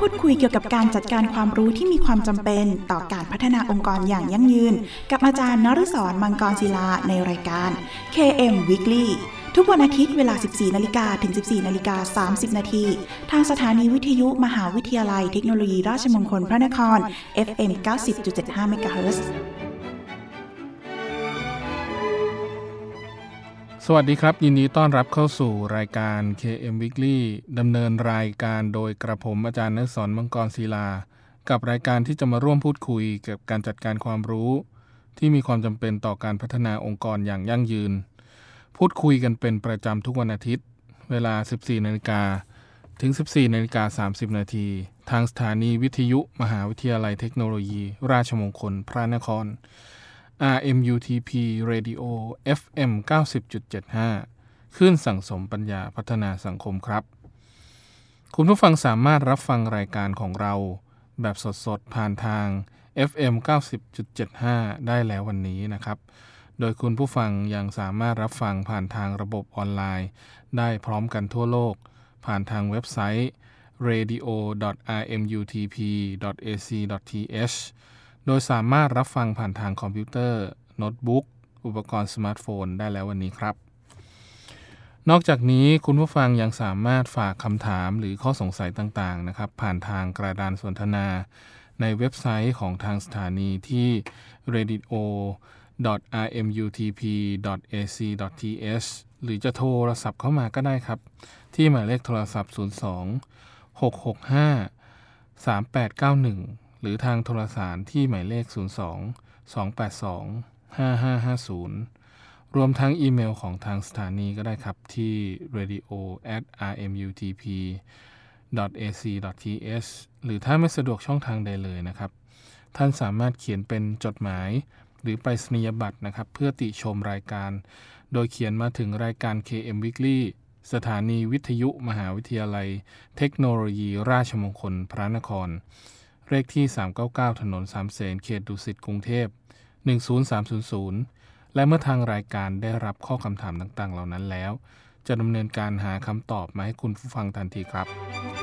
พูดคุยเกี่ยวกับการจัดการความรู้ที่มีความจำเป็นต่อการพัฒนาองค์กรอย่างยั่งยืนกับอาจารย์นฤศร มังกรศิลาในรายการ KM Weekly ทุกวันอาทิตย์เวลา 14 นาฬิกาถึง 14 นาฬิกา 30 นาทีทางสถานีวิทยุมหาวิทยาลัยเทคโนโลยีราชมงคลพระนคร FM 90.75 เมกะเฮิรตซ์สวัสดีครับยินดีต้อนรับเข้าสู่รายการ KM Weekly ดำเนินรายการโดยกระผมอาจารย์นฤศร มังกรศิลากับรายการที่จะมาร่วมพูดคุยเกี่ยวกับการจัดการความรู้ที่มีความจำเป็นต่อการพัฒนาองค์กรอย่างยั่งยืนพูดคุยกันเป็นประจำทุกวันอาทิตย์เวลา 14 นาฬิกาถึง 14 นาฬิกา 30 นาทีทางสถานีวิทยุมหาวิทยาลัยเทคโนโลยีราชมงคลพระนครRMUTP Radio FM 90.75 คลื่นสั่งสมปัญญาพัฒนาสังคมครับคุณผู้ฟังสามารถรับฟังรายการของเราแบบสดๆผ่านทาง FM 90.75 ได้แล้ววันนี้นะครับโดยคุณผู้ฟังยังสามารถรับฟังผ่านทางระบบออนไลน์ได้พร้อมกันทั่วโลกผ่านทางเว็บไซต์ radio.rmutp.ac.thโดยสามารถรับฟังผ่านทางคอมพิวเตอร์โน้ตบุ๊กอุปกรณ์สมาร์ทโฟนได้แล้ววันนี้ครับนอกจากนี้คุณผู้ฟังยังสามารถฝากคำถามหรือข้อสงสัยต่างๆนะครับผ่านทางกระดานสนทนาในเว็บไซต์ของทางสถานีที่ radio.rmutp.ac.th หรือจะโทรศัพท์เข้ามาก็ได้ครับที่หมายเลขโทรศัพท์02 665 3891หรือทางโทรสารที่หมายเลข02-282-5550รวมทั้งอีเมลของทางสถานีก็ได้ครับที่ radio@rmutp.ac.th หรือถ้าไม่สะดวกช่องทางใดเลยนะครับท่านสามารถเขียนเป็นจดหมายหรือไปรษณียบัตรนะครับเพื่อติชมรายการโดยเขียนมาถึงรายการ KM Weekly สถานีวิทยุมหาวิทยาลัยเทคโนโลยีราชมงคลพระนครเลขที่399ถนนสามเสนเขตดุสิตกรุงเทพ10300และเมื่อทางรายการได้รับข้อคำถามต่างๆเหล่านั้นแล้วจะดำเนินการหาคำตอบมาให้คุณผู้ฟังทันทีครับ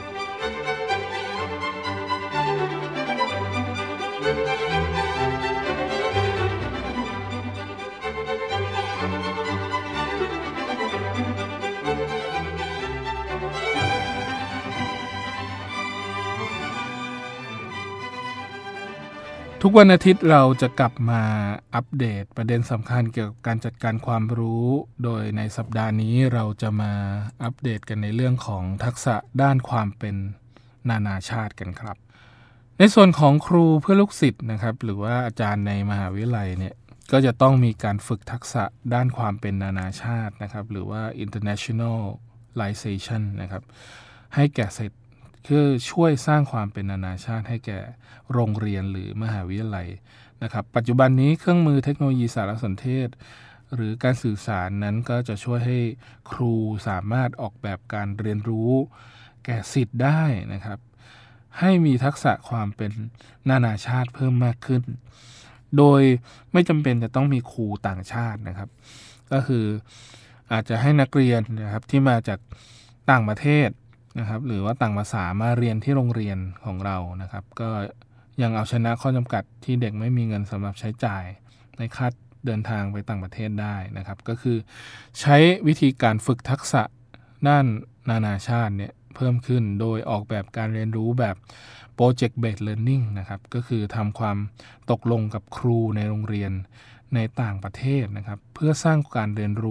ทุกวันอาทิตย์เราจะกลับมาอัปเดตประเด็นสำคัญเกี่ยวกับการจัดการความรู้โดยในสัปดาห์นี้เราจะมาอัปเดตกันในเรื่องของทักษะด้านความเป็นนานาชาติกันครับในส่วนของครูเพื่อลูกศิษย์นะครับหรือว่าอาจารย์ในมหาวิทยาลัยเนี่ยก็จะต้องมีการฝึกทักษะด้านความเป็นนานาชาตินะครับหรือว่า internationalization นะครับให้แก่ศิษย์คือช่วยสร้างความเป็นนานาชาติให้แก่โรงเรียนหรือมหาวิทยาลัยนะครับปัจจุบันนี้เครื่องมือเทคโนโลยีสารสนเทศหรือการสื่อสารนั้นก็จะช่วยให้ครูสามารถออกแบบการเรียนรู้แก่ศิษย์ได้นะครับให้มีทักษะความเป็นนานาชาติเพิ่มมากขึ้นโดยไม่จำเป็นจะต้องมีครูต่างชาตินะครับก็คืออาจจะให้นักเรียนนะครับที่มาจากต่างประเทศนะครับหรือว่าต่างภาษามาเรียนที่โรงเรียนของเรานะครับก็ยังเอาชนะข้อจำกัดที่เด็กไม่มีเงินสำหรับใช้จ่ายในค่าเดินทางไปต่างประเทศได้นะครับก็คือใช้วิธีการฝึกทักษะด้านนานาชาติเนี่ยเพิ่มขึ้นโดยออกแบบการเรียนรู้แบบ Project Based Learning นะครับก็คือทำความตกลงกับครูในโรงเรียนในต่างประเทศนะครับเพื่อสร้างการเรียนรู้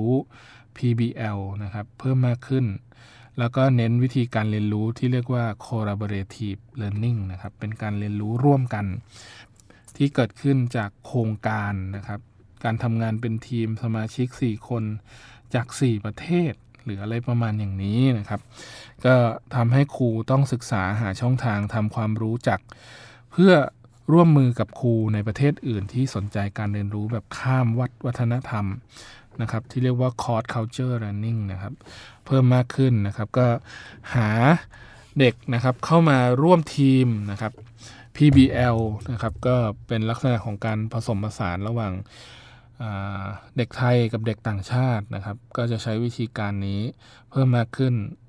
PBL นะครับเพิ่มมากขึ้นแล้วก็เน้นวิธีการเรียนรู้ที่เรียกว่า collaborative learning นะครับเป็นการเรียนรู้ร่วมกันที่เกิดขึ้นจากโครงการนะครับการทำงานเป็นทีมสมาชิก4คนจาก4ประเทศหรืออะไรประมาณอย่างนี้นะครับก็ทำให้ครูต้องศึกษาหาช่องทางทำความรู้จักเพื่อร่วมมือกับครูในประเทศอื่นที่สนใจการเรียนรู้แบบข้ามวัฒนธรรมนะครับที่เรียกว่า cross culture learning นะครับเพิ่มมากขึ้นนะครับก็หาเด็กนะครับเข้ามาร่วมทีมนะครับ PBL นะครับก็เป็นลักษณะของการผสมผสานระหว่างเด็กไทยกับเด็กต่างชาตินะครับก็จะใช้วิธีการนี้เพิ่มมากขึ้น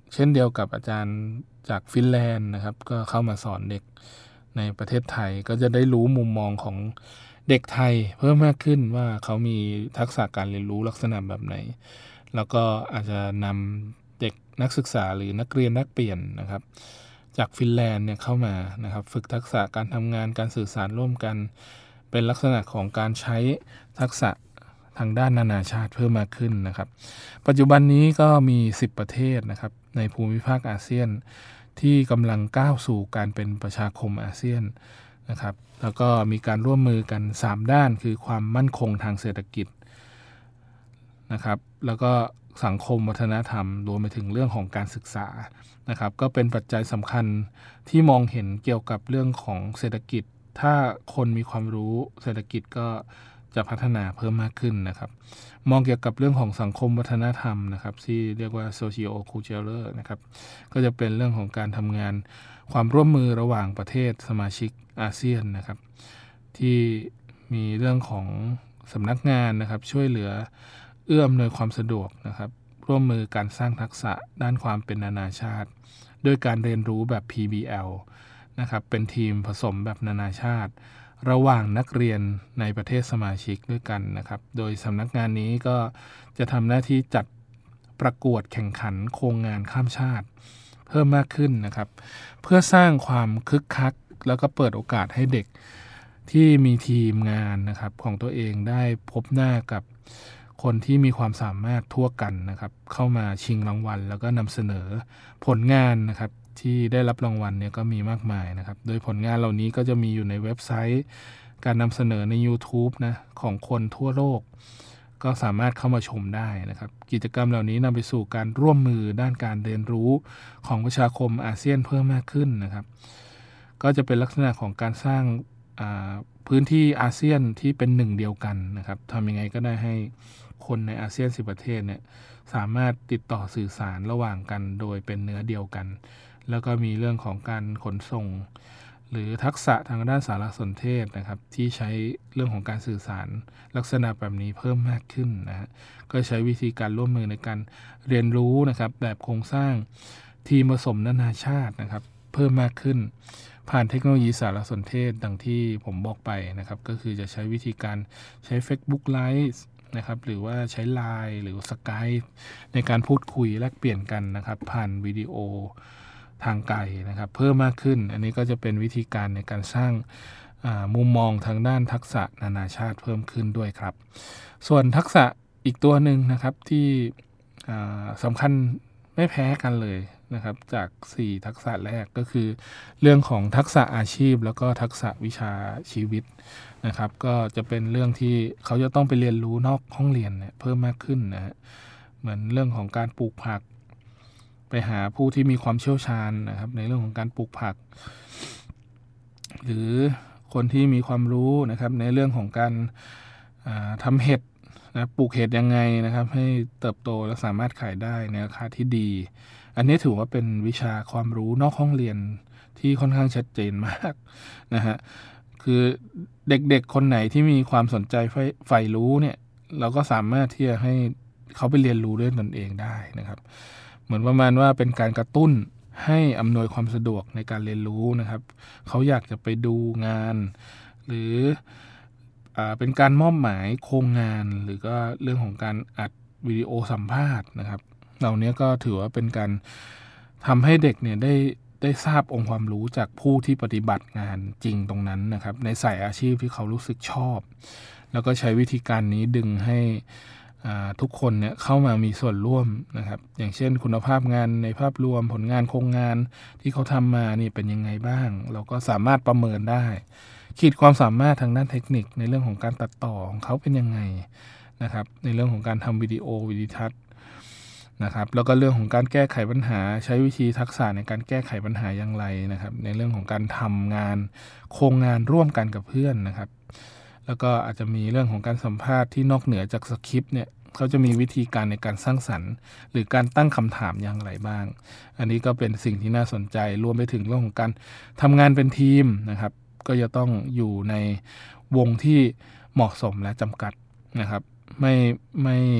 เช่นเดียวกับอาจารย์จากฟินแลนด์นะครับก็เข้ามาสอนเด็กในประเทศไทยก็จะได้รู้มุมมองของเด็กไทยเพิ่มมากขึ้นว่าเขามีทักษะการเรียนรู้ลักษณะแบบไหนแล้วก็อาจจะนำเด็กนักศึกษาหรือนักเรียนนักเปลี่ยนนะครับจากฟินแลนด์เนี่ยเข้ามานะครับฝึกทักษะการทำงานการสื่อสารร่วมกันเป็นลักษณะของการใช้ทักษะทางด้านนานาชาติเพิ่มมากขึ้นนะครับปัจจุบันนี้ก็มี10ประเทศนะครับในภูมิภาคอาเซียนที่กำลังก้าวสู่การเป็นประชาคมอาเซียนนะครับแล้วก็มีการร่วมมือกัน3ด้านคือความมั่นคงทางเศรษฐกิจนะครับแล้วก็สังคมวัฒนธรรมรวมไปถึงเรื่องของการศึกษานะครับก็เป็นปัจจัยสำคัญที่มองเห็นเกี่ยวกับเรื่องของเศรษฐกิจถ้าคนมีความรู้เศรษฐกิจก็จะพัฒนาเพิ่มมากขึ้นนะครับมองเกี่ยวกับเรื่องของสังคมวัฒนธรรมนะครับที่เรียกว่า socio-cultural นะครับก็จะเป็นเรื่องของการทำงานความร่วมมือระหว่างประเทศสมาชิกอาเซียนนะครับที่มีเรื่องของสำนักงานนะครับช่วยเหลือเอื้ออำนวยความสะดวกนะครับร่วมมือการสร้างทักษะด้านความเป็นนานาชาติด้วยการเรียนรู้แบบ PBL นะครับเป็นทีมผสมแบบนานาชาติระหว่างนักเรียนในประเทศสมาชิกด้วยกันนะครับโดยสำนักงานนี้ก็จะทำหน้าที่จัดประกวดแข่งขันโครงงานข้ามชาติเพิ่มมากขึ้นนะครับเพื่อสร้างความคึกคักแล้วก็เปิดโอกาสให้เด็กที่มีทีมงานนะครับของตัวเองได้พบหน้ากับคนที่มีความสามารถทั่วกันนะครับเข้ามาชิงรางวัลแล้วก็นำเสนอผลงานนะครับที่ได้รับรางวัลเนี่ยก็มีมากมายนะครับโดยผลงานเหล่านี้ก็จะมีอยู่ในเว็บไซต์การนำเสนอใน YouTube นะของคนทั่วโลกก็สามารถเข้ามาชมได้นะครับกิจกรรมเหล่านี้นำไปสู่การร่วมมือด้านการเรียนรู้ของประชาคมอาเซียนเพิ่มมากขึ้นนะครับก็จะเป็นลักษณะของการสร้างพื้นที่อาเซียนที่เป็นหนึ่งเดียวกันนะครับทำยังไงก็ได้ให้คนในอาเซียน10ประเทศเนี่ยสามารถติดต่อสื่อสารระหว่างกันโดยเป็นเนื้อเดียวกันแล้วก็มีเรื่องของการขนส่งหรือทักษะทางด้านสารสนเทศนะครับที่ใช้เรื่องของการสื่อสารลักษณะแบบนี้เพิ่มมากขึ้นนะฮะก็ใช้วิธีการร่วมมือในการเรียนรู้นะครับแบบโครงสร้างทีมผสมนานาชาตินะครับเพิ่มมากขึ้นผ่านเทคโนโลยีสารสนเทศดังที่ผมบอกไปนะครับก็คือจะใช้วิธีการใช้ Facebook Live นะครับหรือว่าใช้ LINE หรือ Skype ในการพูดคุยแลกเปลี่ยนกันนะครับผ่านวิดีโอทางไกลนะครับเพิ่มมากขึ้นอันนี้ก็จะเป็นวิธีการในการสร้างมุมมองทางด้านทักษะนานาชาติเพิ่มขึ้นด้วยครับส่วนทักษะอีกตัวหนึ่งนะครับที่สำคัญไม่แพ้กันเลยนะครับจาก4ทักษะแรกก็คือเรื่องของทักษะอาชีพแล้วก็ทักษะวิชาชีวิตนะครับก็จะเป็นเรื่องที่เขาจะต้องไปเรียนรู้นอกห้องเรียนเนี่ยเพิ่มมากขึ้นนะฮะเหมือนเรื่องของการปลูกผักไปหาผู้ที่มีความเชี่ยวชาญนะครับในเรื่องของการปลูกผักหรือคนที่มีความรู้นะครับในเรื่องของการทำเห็ดนะปลูกเห็ดยังไงนะครับให้เติบโตและสามารถขายได้ในราคาที่ดีอันนี้ถือว่าเป็นวิชาความรู้นอกห้องเรียนที่ค่อนข้างชัดเจนมากนะฮะคือเด็กๆคนไหนที่มีความสนใจใฝ่รู้เนี่ยเราก็สามารถที่จะให้เขาไปเรียนรู้ด้วยตนเองได้นะครับเหมือนประมาณว่าเป็นการกระตุ้นให้อำนวยความสะดวกในการเรียนรู้นะครับเขาอยากจะไปดูงานหรือเป็นการมอบหมายโครงงานหรือก็เรื่องของการอัดวิดีโอสัมภาษณ์นะครับเหล่านี้ก็ถือว่าเป็นการทำให้เด็กเนี่ยได้ทราบองค์ความรู้จากผู้ที่ปฏิบัติงานจริงตรงนั้นนะครับในสายอาชีพที่เขารู้สึกชอบแล้วก็ใช้วิธีการนี้ดึงให้ทุกคนเนี่ยเข้ามามีส่วนร่วมนะครับอย่างเช่นคุณภาพงานในภาพรวมผลงานโครงงานที่เขาทำมานี่เป็นยังไงบ้างเราก็สามารถประเมินได้ขีดความสามารถทางด้านเทคนิคในเรื่องของการตัดต่อของเขาเป็นยังไงนะครับในเรื่องของการทำวิดีโอวิดีทัศน์นะครับแล้วก็เรื่องของการแก้ไขปัญหาใช้วิธีทักษะในการแก้ไขปัญหาอย่างไรนะครับในเรื่องของการทำงานโครงงานร่วมกันกับเพื่อนนะครับแล้วก็อาจจะมีเรื่องของการสัมภาษณ์ที่นอกเหนือจากสคริปต์เนี่ยเขาจะมีวิธีการในการสร้างสรรค์หรือการตั้งคำถามอย่างไรบ้างอันนี้ก็เป็นสิ่งที่น่าสนใจรวมไปถึงเรื่องของการทำงานเป็นทีมนะครับก็จะต้องอยู่ในวงที่เหมาะสมและจำกัดนะครับไม่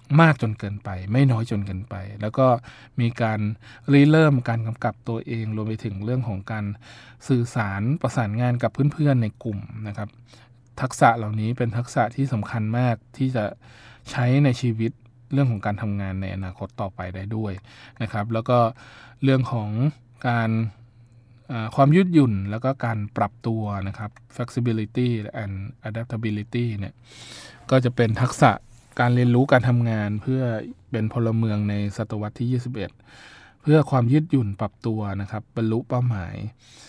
มากจนเกินไปไม่น้อยจนเกินไปแล้วก็มีการเริ่มการกำกับตัวเองรวมไปถึงเรื่องของการสื่อสารประสานงานกับเพื่อนๆในกลุ่มนะครับทักษะเหล่านี้เป็นทักษะที่สำคัญมากที่จะใช้ในชีวิตเรื่องของการทำงานในอนาคตต่อไปได้ด้วยนะครับแล้วก็เรื่องของการความยืดหยุ่นแล้วก็การปรับตัวนะครับ flexibility and adaptability เนี่ยก็จะเป็นทักษะการเรียนรู้การทำงานเพื่อเป็นพลเมืองในศตวรรษที่21เพื่อความยืดหยุ่นปรับตัวนะครับบรรลุเป้าหมาย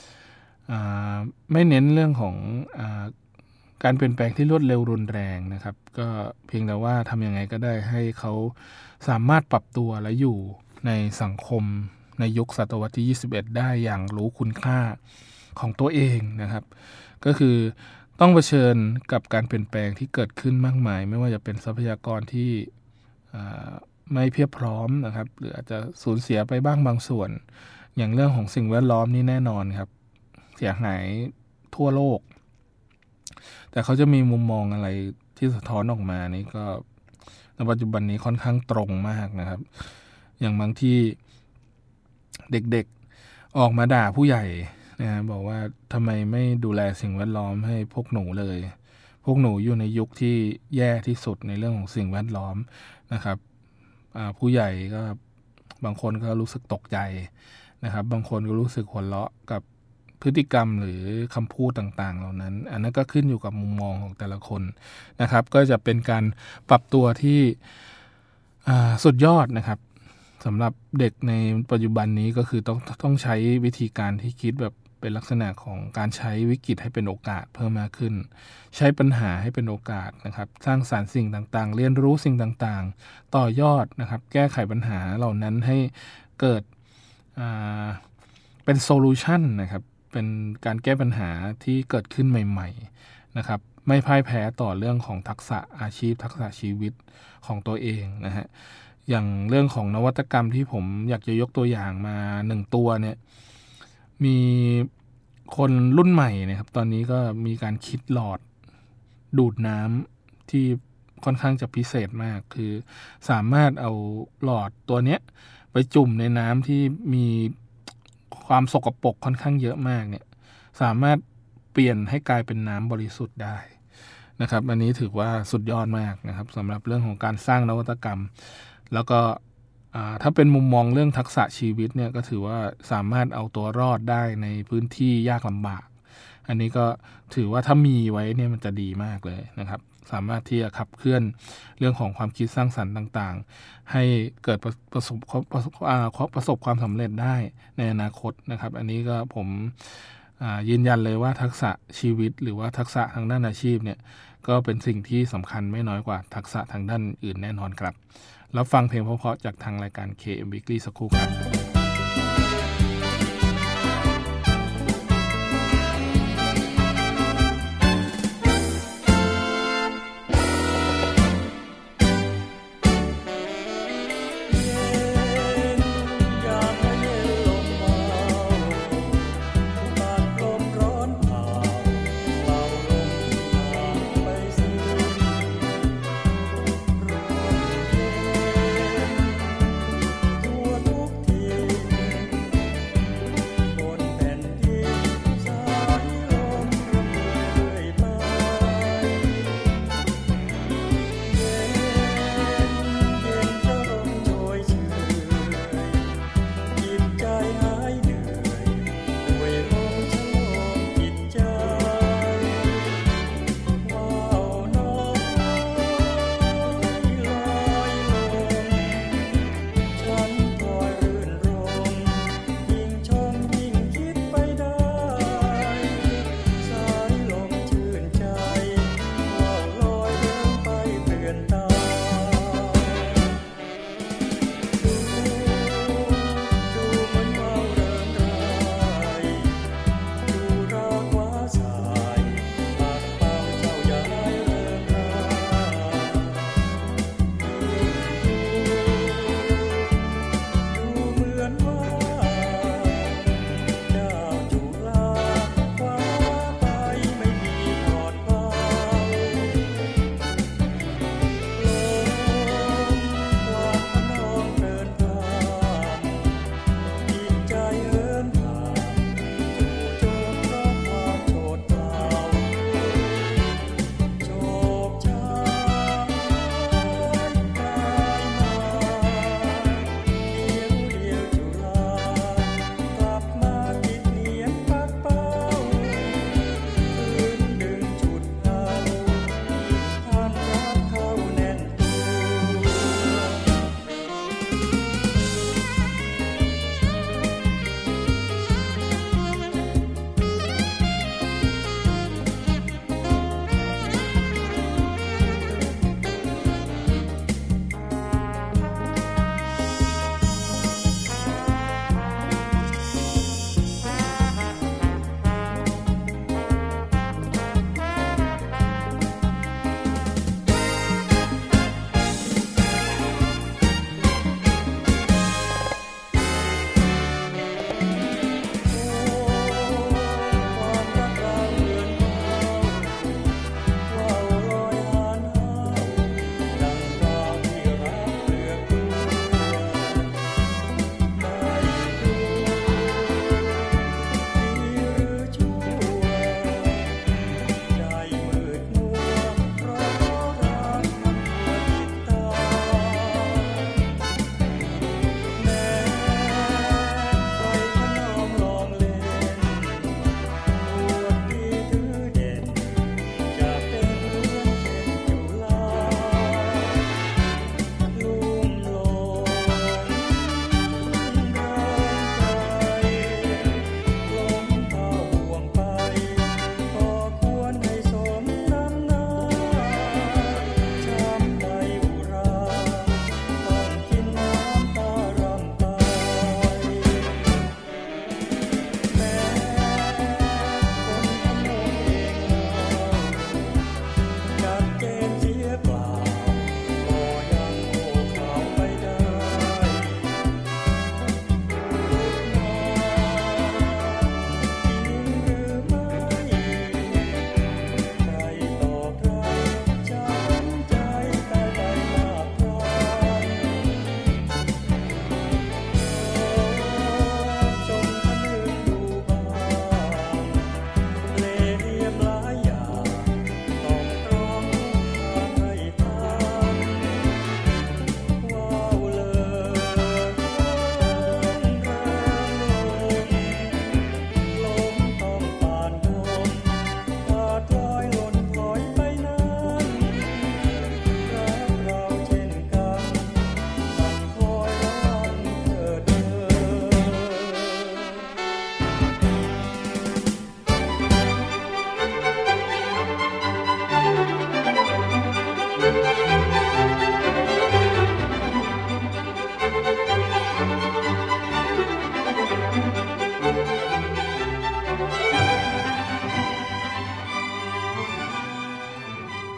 ไม่เน้นเรื่องของการเปลี่ยนแปลงที่รวดเร็วรุนแรงนะครับก็เพียงแต่ว่าทำยังไงก็ได้ให้เขาสามารถปรับตัวและอยู่ในสังคมในยุคศตวรรษที่21ได้อย่างรู้คุณค่าของตัวเองนะครับก็คือต้องเผชิญกับการเปลี่ยนแปลงที่เกิดขึ้นมากมายไม่ว่าจะเป็นทรัพยากรที่ไม่เพียบพร้อมนะครับหรืออาจจะสูญเสียไปบ้างบางส่วนอย่างเรื่องของสิ่งแวดล้อมนี่แน่นอนครับเสียหายทั่วโลกแต่เขาจะมีมุมมองอะไรที่สะท้อนออกมานี่ก็ในปัจจุบันนี้ค่อนข้างตรงมากนะครับอย่างบางที่เด็กๆออกมาด่าผู้ใหญ่นะบอกว่าทำไมไม่ดูแลสิ่งแวดล้อมให้พวกหนูเลยพวกหนูอยู่ในยุคที่แย่ที่สุดในเรื่องของสิ่งแวดล้อมนะครับผู้ใหญ่ก็บางคนก็รู้สึกตกใจนะครับบางคนก็รู้สึกหัวเราะกับพฤติกรรมหรือคำพูดต่างๆเหล่านั้นอันนั้นก็ขึ้นอยู่กับมุมมองของแต่ละคนนะครับก็จะเป็นการปรับตัวที่สุดยอดนะครับสำหรับเด็กในปัจจุบันนี้ก็คือต้องใช้วิธีการที่คิดแบบเป็นลักษณะของการใช้วิกฤตให้เป็นโอกาสเพิ่มมากขึ้นใช้ปัญหาให้เป็นโอกาสนะครับสร้างสรรค์สิ่งต่างๆเรียนรู้สิ่งต่างๆต่อยอดนะครับแก้ไขปัญหาเหล่านั้นให้เกิดเป็นโซลูชันนะครับเป็นการแก้ปัญหาที่เกิดขึ้นใหม่ๆนะครับไม่พ่ายแพ้ต่อเรื่องของทักษะอาชีพทักษะชีวิตของตัวเองนะฮะอย่างเรื่องของนวัตกรรมที่ผมอยากจะยกตัวอย่างมา1ตัวเนี่ยมีคนรุ่นใหม่นะครับตอนนี้ก็มีการคิดหลอดดูดน้ำที่ค่อนข้างจะพิเศษมากคือสามารถเอาหลอดตัวเนี้ยไปจุ่มในน้ำที่มีความสกปรกค่อนข้างเยอะมากเนี่ยสามารถเปลี่ยนให้กลายเป็นน้ำบริสุทธิ์ได้นะครับอันนี้ถือว่าสุดยอดมากนะครับสำหรับเรื่องของการสร้างนวัตกรรมแล้วก็ถ้าเป็นมุมมองเรื่องทักษะชีวิตเนี่ยก็ถือว่าสามารถเอาตัวรอดได้ในพื้นที่ยากลำบากอันนี้ก็ถือว่าถ้ามีไว้เนี่ยมันจะดีมากเลยนะครับสามารถที่จะขับเคลื่อนเรื่องของความคิดสร้างสรรค์ต่างๆให้เกิดประสบความสำเร็จได้ในอนาคตนะครับอันนี้ก็ผมยืนยันเลยว่าทักษะชีวิตหรือว่าทักษะทางด้านอาชีพเนี่ยก็เป็นสิ่งที่สำคัญไม่น้อยกว่าทักษะทางด้านอื่นแน่นอนครับรับฟังเพลงเพราะๆจากทางรายการ KM Weekly สักครู่ครับทั่วทุกที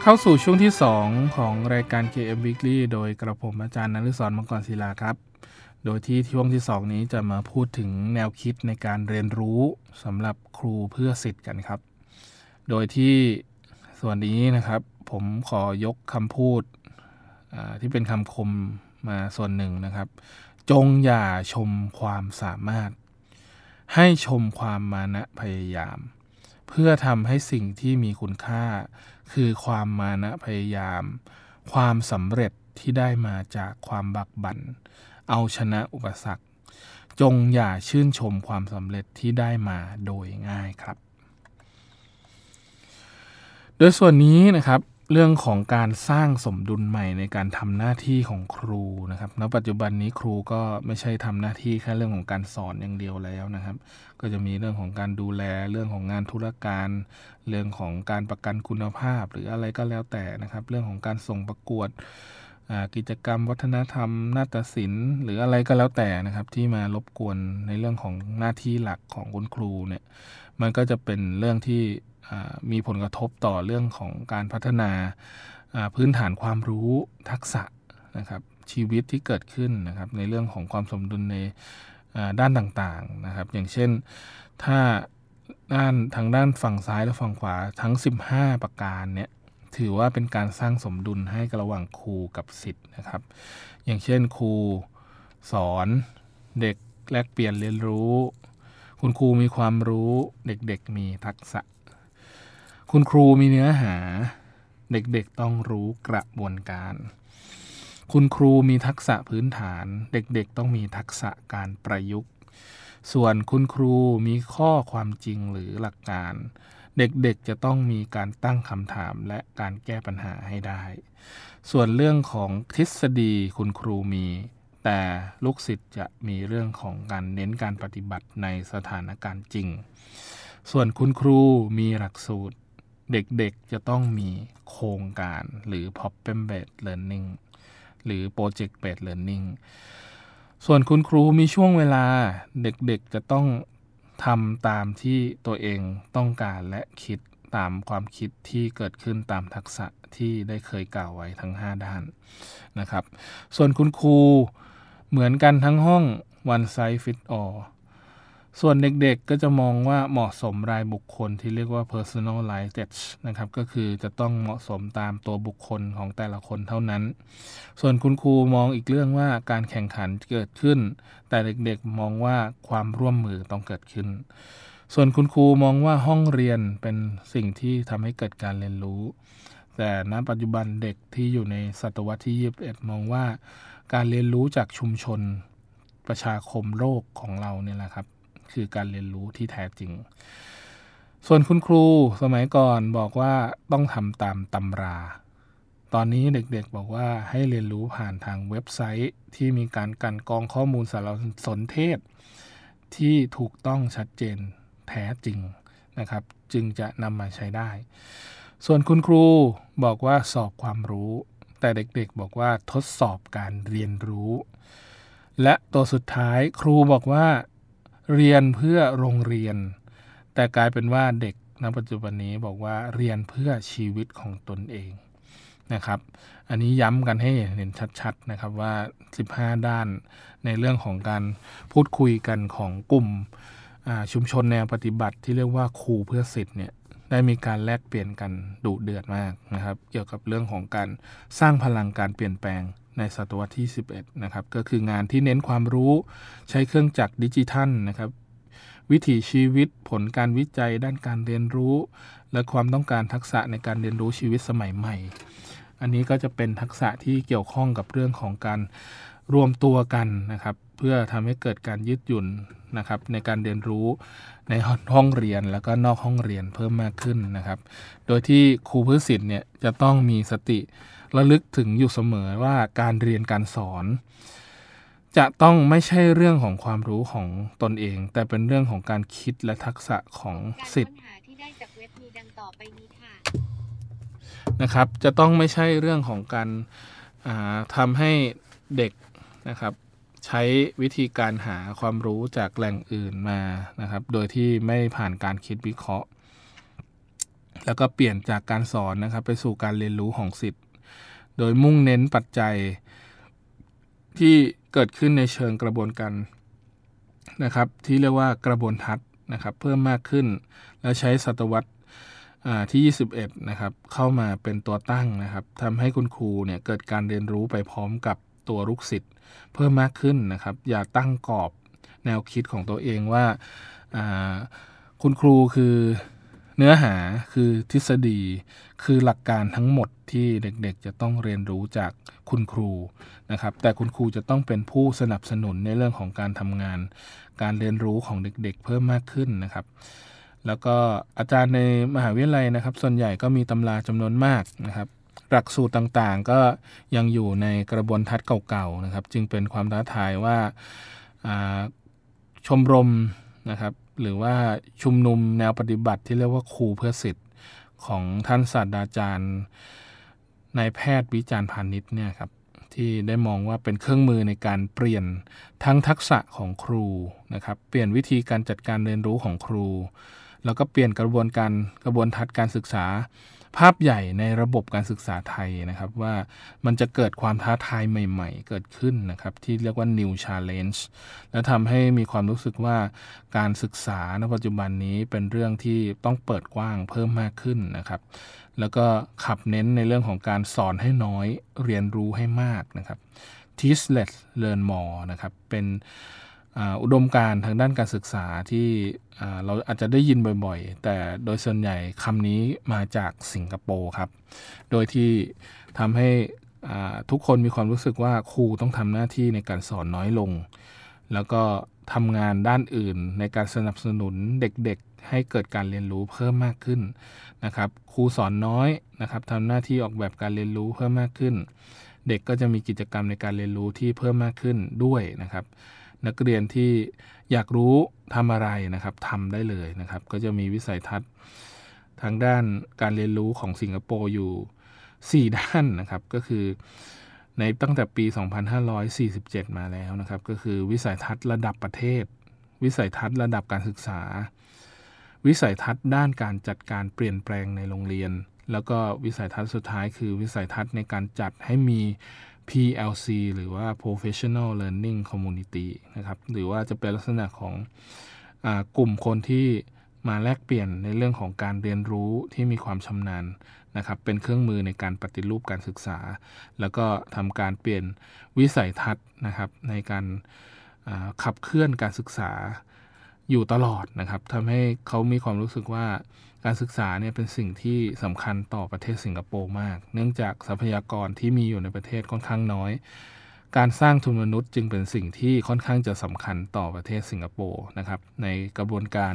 เข้าสู่ช่วงที่2ของรายการ KM Weekly โดยกระผมอาจารย์นฤศร มังกรศิลาครับโดยที่ช่วงที่2นี้จะมาพูดถึงแนวคิดในการเรียนรู้สำหรับครูเพื่อศิษย์กันครับโดยที่ส่วนนี้นะครับผมขอยกคำพูดที่เป็นคำคมมาส่วนหนึ่งนะครับจงอย่าชมความสามารถให้ชมความมานะพยายามเพื่อทำให้สิ่งที่มีคุณค่าคือความมานะพยายามความสำเร็จที่ได้มาจากความบักบั่นเอาชนะอุปสรรคจงอย่าชื่นชมความสำเร็จที่ได้มาโดยง่ายครับโดยส่วนนี้นะครับเรื่องของการสร้างสมดุลใหม่ในการทำหน้าที่ของครูนะครับณปัจจุบันนี้ครูก็ไม่ใช่ทำหน้าที่แค่เรื่องของการสอนอย่างเดียวแล้วนะครับก็จะมีเรื่องของการดูแลเรื่องของงานธุรการเรื่องของการประกันคุณภาพหรืออะไรก็แล้วแต่นะครับเรื่องของการส่งประกวดกิจกรรมวัฒนธรรมนาฏศิลป์หรืออะไรก็แล้วแต่นะครับที่มารบกวนในเรื่องของหน้าที่หลักของคุณครูเนี่ยมันก็จะเป็นเรื่องที่มีผลกระทบต่อเรื่องของการพัฒนาพื้นฐานความรู้ทักษะนะครับชีวิตที่เกิดขึ้นนะครับในเรื่องของความสมดุลในด้านต่างๆนะครับอย่างเช่นถ้าทางด้านฝั่งซ้ายและฝั่งขวาทั้ง15ประการเนี่ยถือว่าเป็นการสร้างสมดุลให้ระหว่างครูกับศิษย์นะครับอย่างเช่นครูสอนเด็กแลกเปลี่ยนเรียนรู้คุณครูมีความรู้เด็กๆมีทักษะคุณครูมีเนื้อหาเด็กๆต้องรู้กระบวนการคุณครูมีทักษะพื้นฐานเด็กๆต้องมีทักษะการประยุกต์ส่วนคุณครูมีข้อความจริงหรือหลักการเด็กๆจะต้องมีการตั้งคำถามและการแก้ปัญหาให้ได้ส่วนเรื่องของทฤษฎีคุณครูมีแต่ลูกศิษย์จะมีเรื่องของการเน้นการปฏิบัติในสถานการณ์จริงส่วนคุณครูมีหลักสูตรเด็กๆจะต้องมีโครงการหรือ Problem Based Learning หรือ Project Based Learning ส่วนคุณครูมีช่วงเวลาเด็กๆจะต้องทำตามที่ตัวเองต้องการและคิดตามความคิดที่เกิดขึ้นตามทักษะที่ได้เคยกล่าวไว้ทั้ง5ด้านนะครับส่วนคุณครูเหมือนกันทั้งห้อง one size fit all ส่วนเด็กๆก็จะมองว่าเหมาะสมรายบุคคลที่เรียกว่า personalized นะครับก็คือจะต้องเหมาะสมตามตัวบุคคลของแต่ละคนเท่านั้นส่วนคุณครูมองอีกเรื่องว่าการแข่งขันเกิดขึ้นแต่เด็กๆมองว่าความร่วมมือต้องเกิดขึ้นส่วนคุณครูมองว่าห้องเรียนเป็นสิ่งที่ทำให้เกิดการเรียนรู้แต่ณปัจจุบันเด็กที่อยู่ในศตวรรษที่21มองว่าการเรียนรู้จากชุมชนประชาคมโลกของเราเนี่ยแหละครับคือการเรียนรู้ที่แท้จริงส่วนคุณครูสมัยก่อนบอกว่าต้องทำตามตำราตอนนี้เด็กๆบอกว่าให้เรียนรู้ผ่านทางเว็บไซต์ที่มีการกลั่นกรองข้อมูลสารสนเทศที่ถูกต้องชัดเจนแท้จริงนะครับจึงจะนำมาใช้ได้ส่วนคุณครูบอกว่าสอบความรู้แต่เด็กๆบอกว่าทดสอบการเรียนรู้และตัวสุดท้ายครูบอกว่าเรียนเพื่อโรงเรียนแต่กลายเป็นว่าเด็กณปัจจุบันนี้บอกว่าเรียนเพื่อชีวิตของตนเองนะครับอันนี้ย้ำกันให้เห็นชัดๆนะครับว่า15ด้านในเรื่องของการพูดคุยกันของกลุ่มชุมชนแนวปฏิบัติที่เรียกว่าครูเพื่อศิษย์เนี่ยได้มีการแลกเปลี่ยนกันดุเดือดมากนะครับเกี่ยวกับเรื่องของการสร้างพลังการเปลี่ยนแปลงในศตวรรษที่11นะครับก็คืองานที่เน้นความรู้ใช้เครื่องจักรดิจิทัลนะครับวิถีชีวิตผลการวิจัยด้านการเรียนรู้และความต้องการทักษะในการเรียนรู้ชีวิตสมัยใหม่อันนี้ก็จะเป็นทักษะที่เกี่ยวข้องกับเรื่องของการรวมตัวกันนะครับเพื่อทำให้เกิดการยืดหยุ่นนะครับในการเรียนรู้ในห้องเรียนแล้วก็นอกห้องเรียนเพิ่มมากขึ้นนะครับโดยที่ครูเพื่อศิษย์เนี่ยจะต้องมีสติระลึกถึงอยู่เสมอว่าการเรียนการสอนจะต้องไม่ใช่เรื่องของความรู้ของตนเองแต่เป็นเรื่องของการคิดและทักษะของศิษย์ที่ได้จากเว็บมีดังต่อไปนี้ค่ะนะครับจะต้องไม่ใช่เรื่องของการทำให้เด็กนะครับใช้วิธีการหาความรู้จากแหล่งอื่นมานะครับโดยที่ไม่ผ่านการคิดวิเคราะห์แล้วก็เปลี่ยนจากการสอนนะครับไปสู่การเรียนรู้ของศิษย์โดยมุ่งเน้นปัจจัยที่เกิดขึ้นในเชิงกระบวนการนะครับที่เรียกว่ากระบวนทัศน์นะครับเพิ่มมากขึ้นและใช้ศตวรรษที่21นะครับเข้ามาเป็นตัวตั้งนะครับทำให้คุณครูเนี่ยเกิดการเรียนรู้ไปพร้อมกับตัวลูกศิษย์เพิ่มมากขึ้นนะครับอย่าตั้งกรอบแนวคิดของตัวเองว่าคุณครูคือเนื้อหาคือทฤษฎีคือหลักการทั้งหมดที่เด็กๆจะต้องเรียนรู้จากคุณครูนะครับแต่คุณครูจะต้องเป็นผู้สนับสนุนในเรื่องของการทำงานการเรียนรู้ของเด็กๆเพิ่มมากขึ้นนะครับแล้วก็อาจารย์ในมหาวิทยาลัยนะครับส่วนใหญ่ก็มีตำราจำนวนมากนะครับหลักสูตรต่างๆก็ยังอยู่ในกระบวนทัศน์เก่าๆนะครับจึงเป็นความท้าทายว่าชมรมนะครับหรือว่าชุมนุมแนวปฏิบัติที่เรียกว่าครูเพื่อศิษย์ของท่านศาสตราจารย์นายแพทย์วิจารณ์พานิชเนี่ยครับที่ได้มองว่าเป็นเครื่องมือในการเปลี่ยนทั้งทักษะของครูนะครับเปลี่ยนวิธีการจัดการเรียนรู้ของครูแล้วก็เปลี่ยนกระบวนทัศน์การศึกษาภาพใหญ่ในระบบการศึกษาไทยนะครับว่ามันจะเกิดความท้าทายใหม่ๆเกิดขึ้นนะครับที่เรียกว่า New Challenge และทำให้มีความรู้สึกว่าการศึกษาในปัจจุบันนี้เป็นเรื่องที่ต้องเปิดกว้างเพิ่มมากขึ้นนะครับแล้วก็ขับเน้นในเรื่องของการสอนให้น้อยเรียนรู้ให้มากนะครับ Teach less learn more นะครับเป็นอุดมการณ์ทางด้านการศึกษาที่เราอาจจะได้ยินบ่อยๆแต่โดยส่วนใหญ่คำนี้มาจากสิงคโปร์ครับโดยที่ทำให้ทุกคนมีความรู้สึกว่าครูต้องทำหน้าที่ในการสอนน้อยลงแล้วก็ทำงานด้านอื่นในการสนับสนุนเด็กๆให้เกิดการเรียนรู้เพิ่มมากขึ้นนะครับครูสอนน้อยนะครับทำหน้าที่ออกแบบการเรียนรู้เพิ่มมากขึ้นเด็กก็จะมีกิจกรรมในการเรียนรู้ที่เพิ่มมากขึ้นด้วยนะครับนักเรียนที่อยากรู้ทำอะไรนะครับทำได้เลยนะครับก็จะมีวิสัยทัศน์ทางด้านการเรียนรู้ของสิงคโปร์อยู่4ด้านนะครับก็คือในตั้งแต่ปี2547มาแล้วนะครับก็คือวิสัยทัศน์ระดับประเทศวิสัยทัศน์ระดับการศึกษาวิสัยทัศน์ด้านการจัดการเปลี่ยนแปลงในโรงเรียนแล้วก็วิสัยทัศน์สุดท้ายคือวิสัยทัศน์ในการจัดให้มีPLC หรือว่า Professional Learning Community นะครับหรือว่าจะเป็นลักษณะของกลุ่มคนที่มาแลกเปลี่ยนในเรื่องของการเรียนรู้ที่มีความชำนาญนะครับเป็นเครื่องมือในการปฏิรูปการศึกษาแล้วก็ทำการเปลี่ยนวิสัยทัศน์นะครับในการขับเคลื่อนการศึกษาอยู่ตลอดนะครับทำให้เขามีความรู้สึกว่าการศึกษาเนี่ยเป็นสิ่งที่สำคัญต่อประเทศสิงคโปร์มากเนื่องจากทรัพยากรที่มีอยู่ในประเทศค่อนข้างน้อยการสร้างทุนมนุษย์จึงเป็นสิ่งที่ค่อนข้างจะสำคัญต่อประเทศสิงคโปร์นะครับในกระบวนการ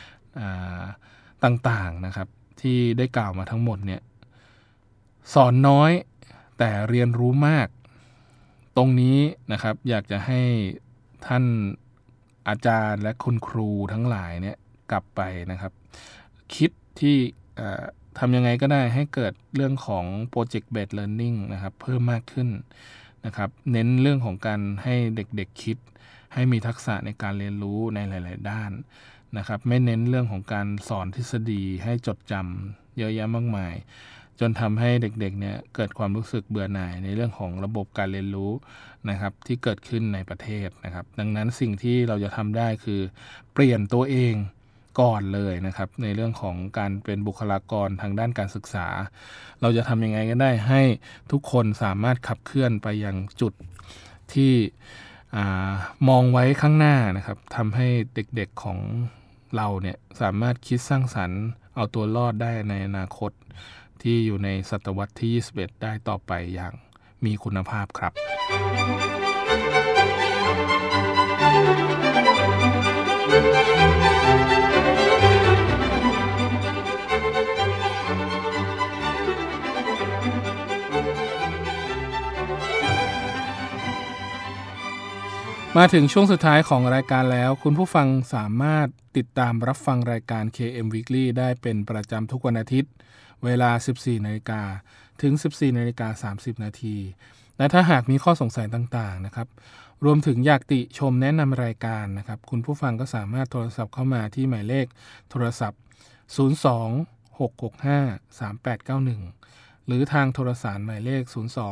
ต่างๆนะครับที่ได้กล่าวมาทั้งหมดเนี่ยสอนน้อยแต่เรียนรู้มากตรงนี้นะครับอยากจะให้ท่านอาจารย์และคุณครูทั้งหลายเนี่ยกลับไปนะครับคิดที่ทำยังไงก็ได้ให้เกิดเรื่องของ Project Based Learning นะครับเพิ่มมากขึ้นนะครับเน้นเรื่องของการให้เด็กๆคิดให้มีทักษะในการเรียนรู้ในหลายๆด้านนะครับไม่เน้นเรื่องของการสอนทฤษฎีให้จดจำเยอะแยะมากมายจนทำให้เด็กๆเนี่ยเกิดความรู้สึกเบื่อหน่ายในเรื่องของระบบการเรียนรู้นะครับที่เกิดขึ้นในประเทศนะครับดังนั้นสิ่งที่เราจะทำได้คือเปลี่ยนตัวเองก่อนเลยนะครับในเรื่องของการเป็นบุคลากรทางด้านการศึกษาเราจะทำยังไงก็ได้ให้ทุกคนสามารถขับเคลื่อนไปยังจุดที่มองไว้ข้างหน้านะครับทำให้เด็กๆของเราเนี่ยสามารถคิดสร้างสรรค์เอาตัวรอดได้ในอนาคตที่อยู่ในศตวรรษที่21ได้ต่อไปอย่างมีคุณภาพครับมาถึงช่วงสุดท้ายของรายการแล้วคุณผู้ฟังสามารถติดตามรับฟังรายการ KM Weekly ได้เป็นประจำทุกวันอาทิตย์เวลา 14:00 นถึง 14:30 นและถ้าหากมีข้อสงสัยต่างๆนะครับรวมถึงอยากติชมแนะนำรายการนะครับคุณผู้ฟังก็สามารถโทรศัพท์เข้ามาที่หมายเลขโทรศัพท์02 หรือทางโทรสารหมายเลข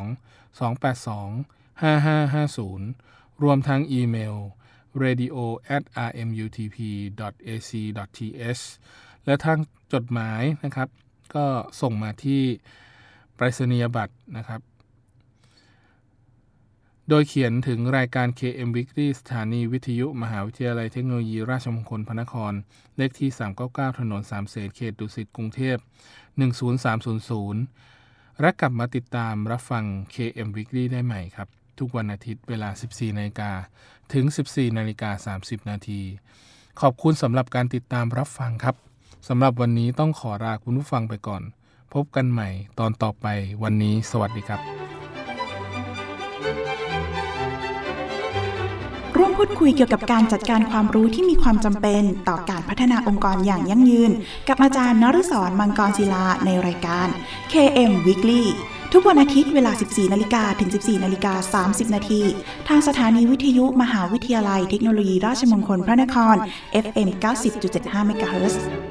02-282-5550 รวมทั้งอีเมล radio@rmutp.ac.th และทางจดหมายนะครับก็ส่งมาที่ไปรษณียบัตรนะครับโดยเขียนถึงรายการ KM Weekly สถานีวิทยุมหาวิทยาลัยเทคโนโลยีราชมงคลพระนครเลขที่399ถนนสามเสนเขตดุสิตกรุงเทพ10300และกลับมาติดตามรับฟัง KM Weekly ได้ใหม่ครับทุกวันอาทิตย์เวลา 14:00 นถึง 14:30 นขอบคุณสำหรับการติดตามรับฟังครับสำหรับวันนี้ต้องขอลาคุณผู้ฟังไปก่อนพบกันใหม่ตอนต่อไปวันนี้สวัสดีครับร่วมพูดคุยเกี่ยวกับการจัดการความรู้ที่มีความจำเป็นต่อการพัฒนาองค์กรอย่างยั่งยืนกับอาจารย์นฤศร มังกรศิลาในรายการ KM Weekly ทุกวันอาทิตย์เวลา 14:00 นถึง 14:30 นทางสถานีวิทยุมหาวิทยาลัยเทคโนโลยีราชมงคลพระนคร FM 90.75 เมกะเฮิรตซ์